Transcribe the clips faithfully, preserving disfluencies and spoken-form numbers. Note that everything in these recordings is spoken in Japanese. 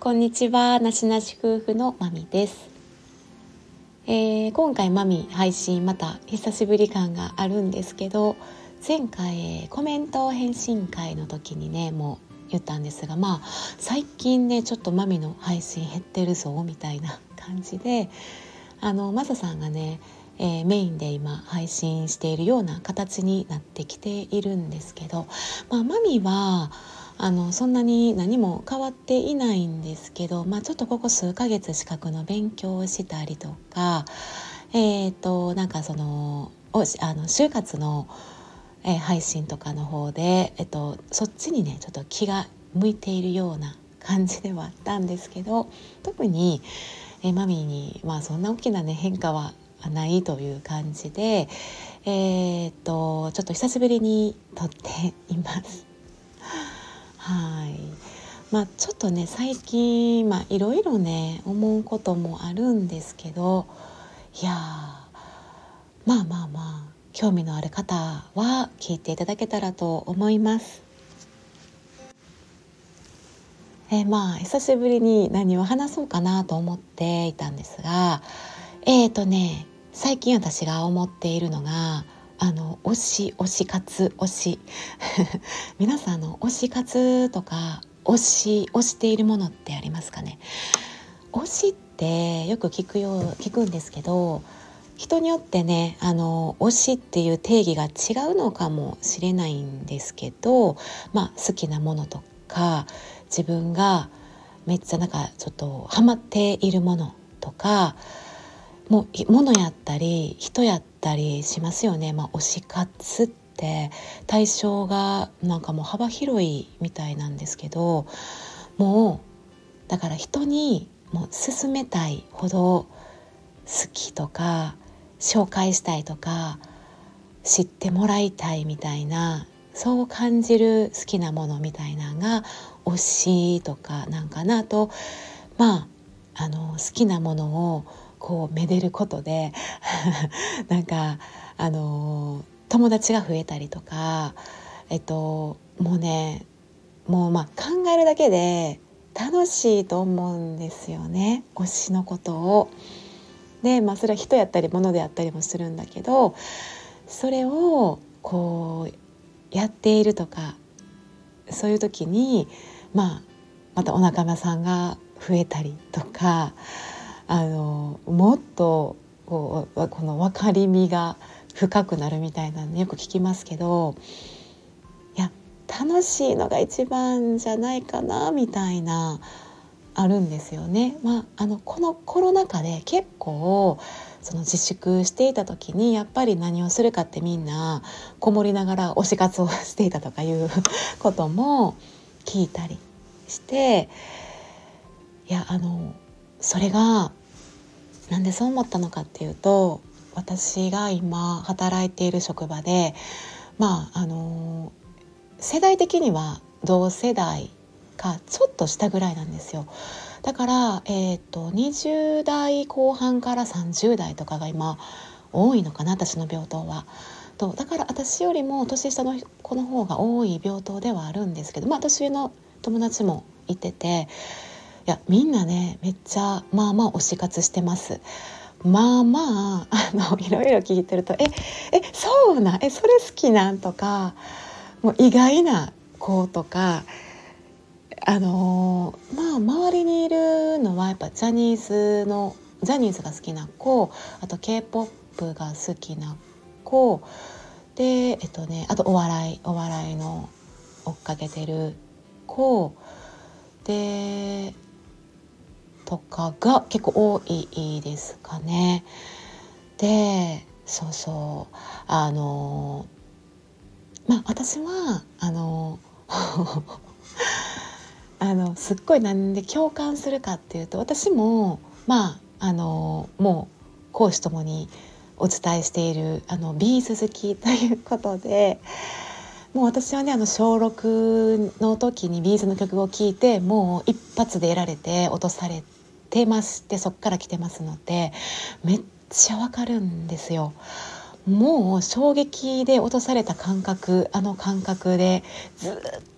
こんにちは。なしなし夫婦のまみです。えー、今回まみ配信また久しぶり感があるんですけど、前回コメント返信会の時にねもう言ったんですが、まあ最近ねちょっとまみの配信減ってるぞみたいな感じで、あのマサさんがね、えー、メインで今配信しているような形になってきているんですけど、まあマミはあのそんなに何も変わっていないんですけど、まあ、ちょっとここ数ヶ月資格の勉強をしたりとか、えー、となんかそのおあの就活の、えー配信とかの方で、えっと、そっちにねちょっと気が向いているような感じではあったんですけど、特に、えーマミーに、まあ、そんな大きな、ね、変化はないという感じで、えー、とちょっと久しぶりに撮っています。はい、まあ、ちょっとね最近まあいろいろね思うこともあるんですけど、いやまあまあまあ興味のある方は聞いていただけたらと思います。えー、まあ久しぶりに何を話そうかなと思っていたんですが、えーとね最近私が思っているのが、あの推し推し活推し皆さんの推し活とか推し推しているものってありますかね。推しってよく聞くよ聞くんですけど、人によってねあの推しっていう定義が違うのかもしれないんですけど、まあ好きなものとか自分がめっちゃなんかちょっとハマっているものとか、もう物やったり人やったりしますよね。まあ、推し活って対象がなんかもう幅広いみたいなんですけど、もうだから人にもう勧めたいほど好きとか紹介したいとか知ってもらいたいみたいな、そう感じる好きなものみたいなのが推しとかなんかなと、まああの好きなものをこうめでることでなんかあの友達が増えたりとか、えっともうねもうまあ考えるだけで楽しいと思うんですよね、推しのことを。で、まあ、それは人やったり物であったりもするんだけど、それをこうやっているとかそういう時に、まあ、またお仲間さんが増えたりとか、あのもっとこうこの分かりみが深くなるみたいなのよく聞きますけど、いや楽しいのが一番じゃないかなみたいなあるんですよね。まあ、あのこのコロナ禍で結構その自粛していた時にやっぱり何をするかってみんなこもりながら推し活をしていたとかいうことも聞いたりして、いやあのそれがなんでそう思ったのかっていうと、私が今働いている職場で、まああの世代的には同世代かちょっと下ぐらいなんですよ。だから、えー、とにじゅう代後半からさんじゅう代とかが今多いのかな、私の病棟は。とだから私よりも年下の子の方が多い病棟ではあるんですけど、まあ、年上の友達もいてて、いやみんなねめっちゃまあまあ推し活してます。まあまああのいろいろ聞いてるとええそうなんえそれ好きなんとか、もう意外な子とか、あのー、まあ周りにいるのはやっぱジャニーズのジャニーズが好きな子、あと K-ポップ が好きな子で、えっとねあとお笑いお笑いの追っかけてる子でとかが結構多いですかね。でそうそうあのまあ私はあのあのすっごいなんで共感するかっていうと、私もまああのもう公私ともにお伝えしているあのビーズ好きということで、もう私はねあの小ろくの時にビーズの曲を聴いてもう一発で得られて落とされてまして、そっから来てますのでめっちゃわかるんですよ。もう衝撃で落とされた感覚、あの感覚でずっ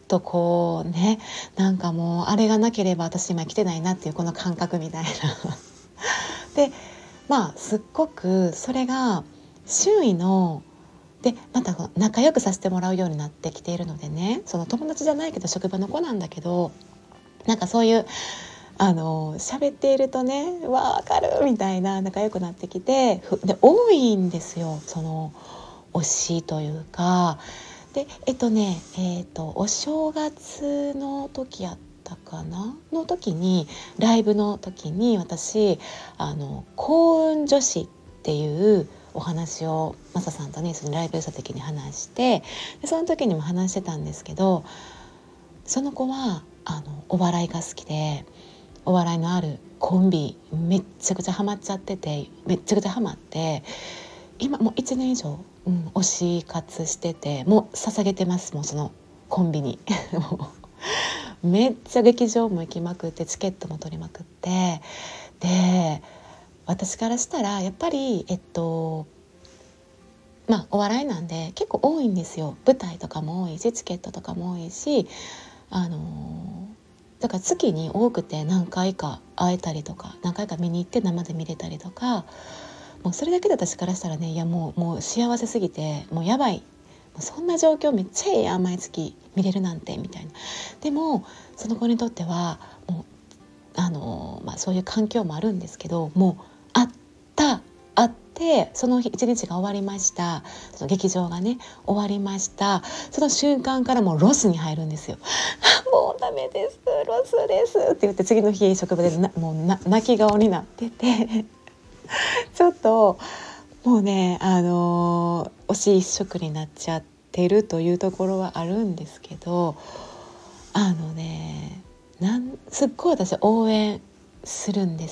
とこうね、なんかもうあれがなければ私今生きてないなっていうこの感覚みたいなでまあすっごくそれが周囲のでまた仲良くさせてもらうようになってきているのでね、その友達じゃないけど職場の子なんだけど、なんかそういうあの喋っているとね、わかるみたいな仲良くなってきて、で多いんですよ、その推しというか。でえっとねえっとお正月の時やったかなの時に、ライブの時に私あの幸運女子っていうお話をマサさんとねそのライブした時に話して、でその時にも話してたんですけど、その子はあのお笑いが好きで、お笑いのあるコンビめっちゃくちゃハマっちゃってて、めっちゃくちゃハマって、今もういちねん以上、うん、推し活してて、もう捧げてます、もうそのコンビにもうめっちゃ劇場も行きまくって、チケットも取りまくって、で私からしたらやっぱりえっとまあお笑いなんで結構多いんですよ。舞台とかも多いし、チケットとかも多いし、あのだから月に多くて何回か会えたりとか、何回か見に行って生で見れたりとか、もうそれだけで私からしたらね、いやもうもう幸せすぎて、もうやばい、そんな状況めっちゃええやん、毎月見れるなんてみたいな。でもその子にとってはもうあの、まあ、そういう環境もあるんですけど、もうあったあってその日一日が終わりました、その劇場がね終わりました、その瞬間からもうロスに入るんですよもうダメです、ロスですって言って、次の日職場でなもうな泣き顔になっててちょっともうね、あのー、推し一色になっちゃってるというところはあるんですけど、あのねなんすっごい私応援するんです。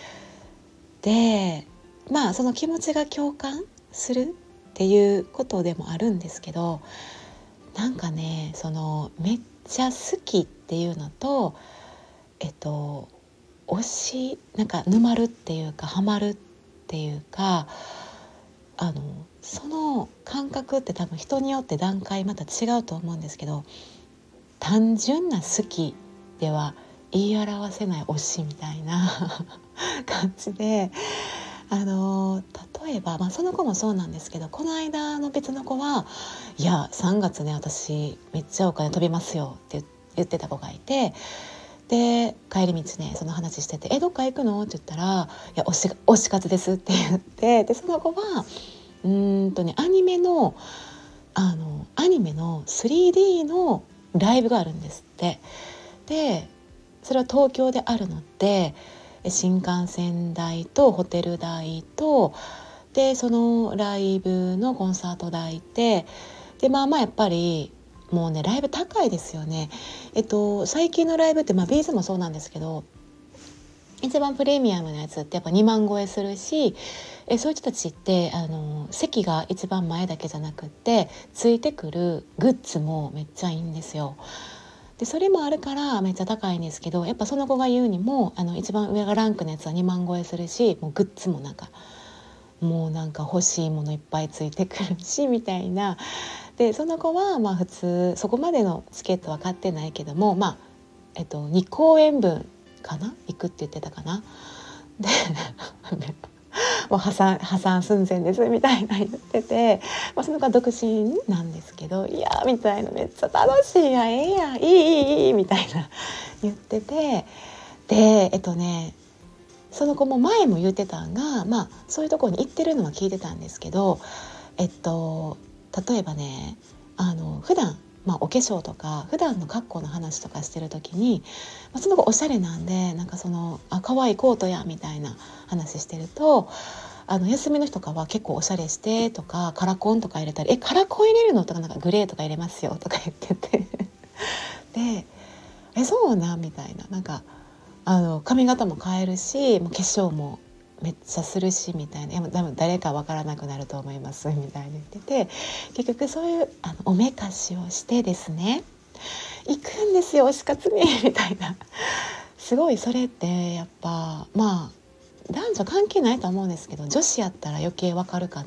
でまあその気持ちが共感するっていうことでもあるんですけど、なんかねそのめっちゃ好きっていうのと、えっと推しなんか沼るっていうかハマるっていうか、あのその感覚って多分人によって段階また違うと思うんですけど、単純な好きでは言い表せない推しみたいな感じで、あの例えば、まあ、その子もそうなんですけど、この間の別の子はいやさんがつね私めっちゃお金飛びますよって言ってた子がいて、で帰り道ねその話してて、えどっか行くのって言ったら、いや推し推し活ですって言って、でその子はうーんとねアニメのあのアニメの スリーディー のライブがあるんですって。でそれは東京であるので、新幹線代とホテル代とでそのライブのコンサート代で、でまあまあやっぱりもうねライブ高いですよね。えっと最近のライブって、まあ、ビーズもそうなんですけど、一番プレミアムなやつってやっぱにまん超えするし、えそういう人たちってあの席が一番前だけじゃなくってついてくるグッズもめっちゃいいんですよ。でそれもあるからめっちゃ高いんですけど、やっぱその子が言うにもあの一番上がランクのやつはにまん超えするし、もうグッズもなんかもうなんか欲しいものいっぱいついてくるしみたいな。でその子はまあ普通そこまでのチケットは買ってないけども、まあえっとに公演分かな行くって言ってたかな。でもう破産破産寸前ですみたいな言ってて、まあ、その子は独身なんですけど、いやみたいな、めっちゃ楽しいやん、ええやん、いいいいいいみたいな言ってて、でえっとねその子も前も言ってたんが、まあそういうところに行ってるのは聞いてたんですけど、えっと例えばねあの普段まあ、お化粧とか普段の格好の話とかしてる時に、まあ、その子おしゃれなんでなんかそのあ可愛いコートやみたいな話してると、あの休みの日とかは結構おしゃれしてとかカラコンとか入れたり、えカラコン入れるのとかなんかグレーとか入れますよとか言っててでえそうなんみたいな、なんかあの髪型も変えるしもう化粧もめっちゃするしみたいな、いや多分誰かわからなくなると思いますみたいに言ってて、結局そういうあのおめかしをしてですね行くんですよ推し活にみたいな。すごいそれってやっぱまあ男女関係ないと思うんですけど、女子やったら余計わかるかなっ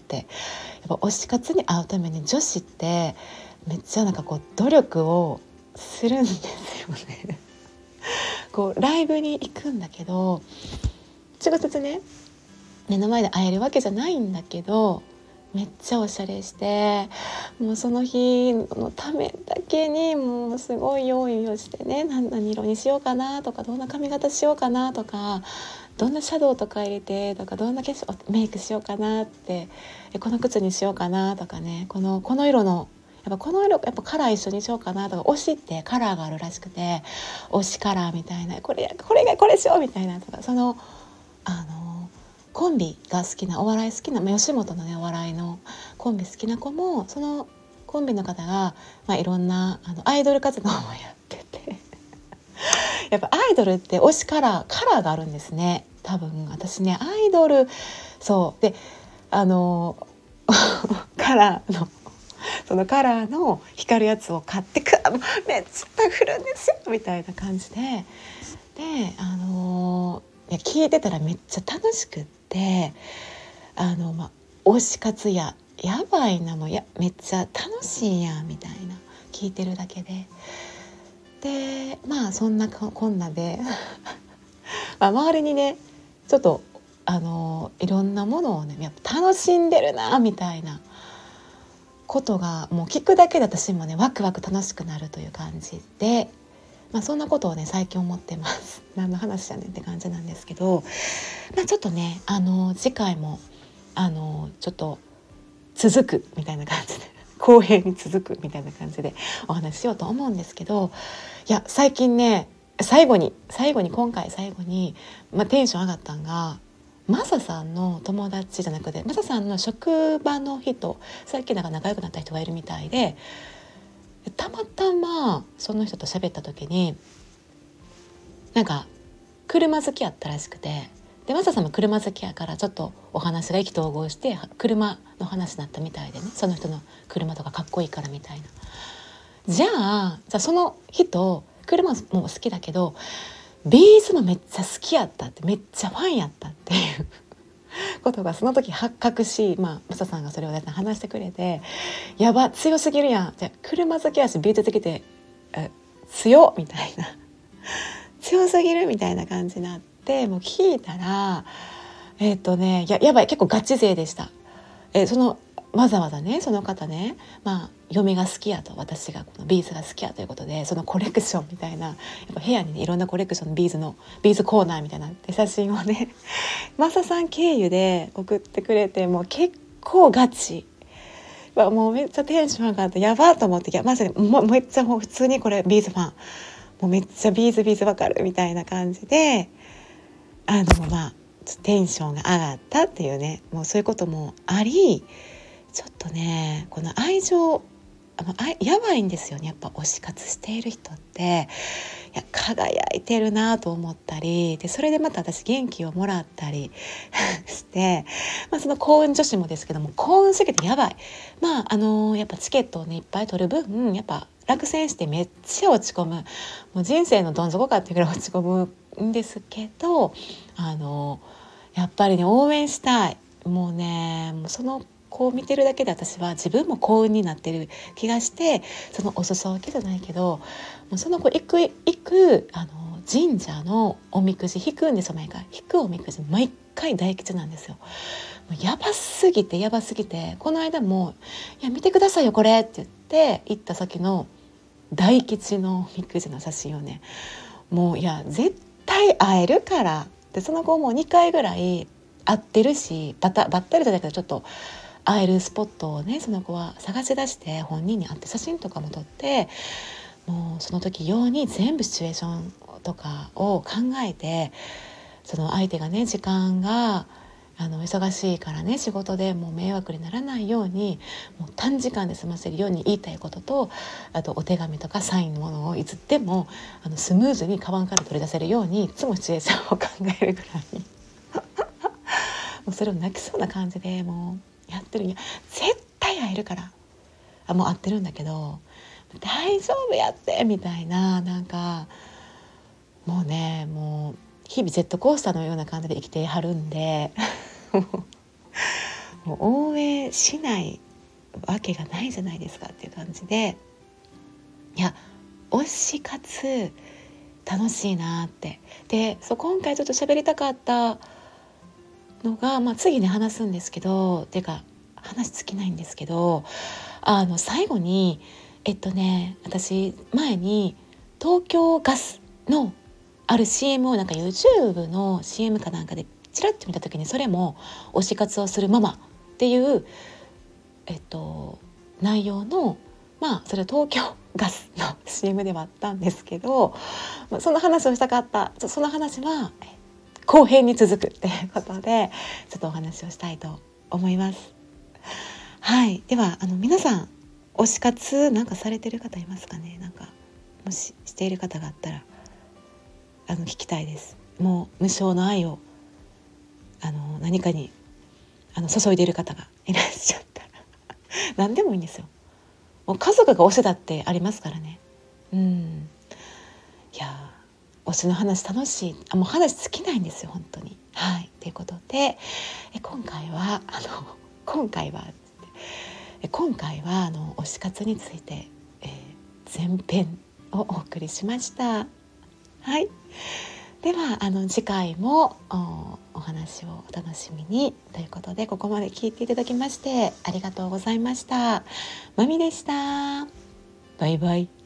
。やっぱ推し活に会うために女子ってめっちゃなんかこう努力をするんですよねこうライブに行くんだけど直接ね目の前で会えるわけじゃないんだけどめっちゃおしゃれしてもうその日のためだけにもうすごい用意をしてね、何何色にしようかなとかどんな髪型しようかなとかどんなシャドウとか入れてとかどんな化粧メイクしようかなってこの靴にしようかなとかねこのこの色のやっぱこの色やっぱカラー一緒にしようかなとか推しってカラーがあるらしくて推しカラーみたいなこれこれがこれしようみたいなとかそのあのコンビが好きなお笑い好きな、まあ、吉本のねお笑いのコンビ好きな子もそのコンビの方が、まあ、いろんなあのアイドル活動もやっててやっぱアイドルって推しカラーカラーがあるんですね多分私ねアイドルそうであのカラーのそのカラーの光るやつを買ってくめっちゃ振るんですよみたいな感じでであのいや聞いてたらめっちゃ楽しくってあの、まあ、推し活ややばいなもやめっちゃ楽しいやんみたいな聞いてるだけででまあそんなこんなでまあ周りにねちょっとあのいろんなものをねやっぱ楽しんでるなみたいなことがもう聞くだけで私もねワクワク楽しくなるという感じで、まあ、そんなことをね最近思ってます何の話やねんって感じなんですけど、まあ、ちょっとねあの次回もあのちょっと続くみたいな感じで後編に続くみたいな感じでお話ししようと思うんですけどいや最近ね最後に最後に今回最後に、まあ、テンション上がったんがマサさんの友達じゃなくてマサさんの職場の人最近なんか仲良くなった人がいるみたいでたまたまその人と喋った時になんか車好きやったらしくてでマサさんも車好きやからちょっとお話が意気投合して車の話になったみたいでねその人の車とかかっこいいからみたいなじゃあ、じゃあその人車も好きだけどビーズもめっちゃ好きやったってめっちゃファンやったっていうことがその時発覚し、まあ、マサさんがそれを話してくれてやば強すぎるやんじゃあ車好きやしビーズ好きで強っみたいな強すぎるみたいな感じになってもう聞いたらえっとね や, やばい結構ガチ勢でした。えそのわざわざねその方ね、まあ、嫁が好きやと私がこのビーズが好きやということでそのコレクションみたいなやっぱ部屋に、ね、いろんなコレクションのビーズのビーズコーナーみたいなって写真をねマサさん経由で送ってくれてもう結構ガチもうめっちゃテンション上がってやばーと思っていやまさにもめっちゃもう普通にこれビーズファンもうめっちゃビーズビーズわかるみたいな感じであのまあテンションが上がったっていうねもうそういうこともありちょっとねこの愛情あのあやばいんですよねやっぱ推し活している人っていや輝いてるなと思ったりでそれでまた私元気をもらったりして、まあ、その幸運女子もですけども幸運すぎてやばいまああのやっぱチケットをねいっぱい取る分やっぱ落選してめっちゃ落ち込むもう人生のどん底かっていうぐらい落ち込むんですけどあのやっぱりね応援したいもうねもうそのこう見てるだけで私は自分も幸運になってる気がしてそのお裾分けじゃないけどもうその子行く行くあの神社のおみくじ引くんですよ毎回引くおみくじ毎回大吉なんですよもうやばすぎてやばすぎてこの間もいや見てくださいよこれって言って行った先の大吉のおみくじの写真をねもういや絶対会えるからでその後もにかいぐらい会ってるしバタばったりじゃないけどちょっと会えるスポットをねその子は探し出して本人に会って写真とかも撮ってもうその時用に全部シチュエーションとかを考えてその相手がね時間があの忙しいからね仕事でもう迷惑にならないようにもう短時間で済ませるように言いたいこととあとお手紙とかサインのものをいつでもあのスムーズにカバンから取り出せるようにいつもシチュエーションを考えるぐらいもうそれを泣きそうな感じでもうやってるんや絶対会えるからあもう会ってるんだけど大丈夫やってみたいななんかもうねもう日々ジェットコースターのような感じで生きてはるんでもう応援しないわけがないじゃないですかっていう感じで、いや推し活楽しいなって。でそう今回ちょっと喋りたかったのが、まあ、次に話すんですけど、てか話尽きないんですけど、あの最後にえっとね私前に東京ガスのある シーエム をなんか YouTube の シーエム かなんかでチラッと見た時に、それも推し活をするママっていうえっと内容の、まあそれ東京ガスの シーエム ではあったんですけど、まあその話をしたかった。その話は後編に続くっていうことでちょっとお話をしたいと思います。はい、ではあの皆さん推し活なんかされてる方いますかね。なんかもししている方があったらあの聞きたいです。もう無償の愛をあの何かにあの注いでいる方がいらっしゃったら何でもいいんですよ。もう家族が推しだってありますからね。うん、いや推しの話楽しい。あもう話尽きないんですよ本当に。はいということでえ今回はあの今回はえ今回はあの推し活について、えー、前編をお送りしました。はい、ではあの次回も お, お話をお楽しみにということで、ここまで聞いていただきましてありがとうございました。まみでした。バイバイ。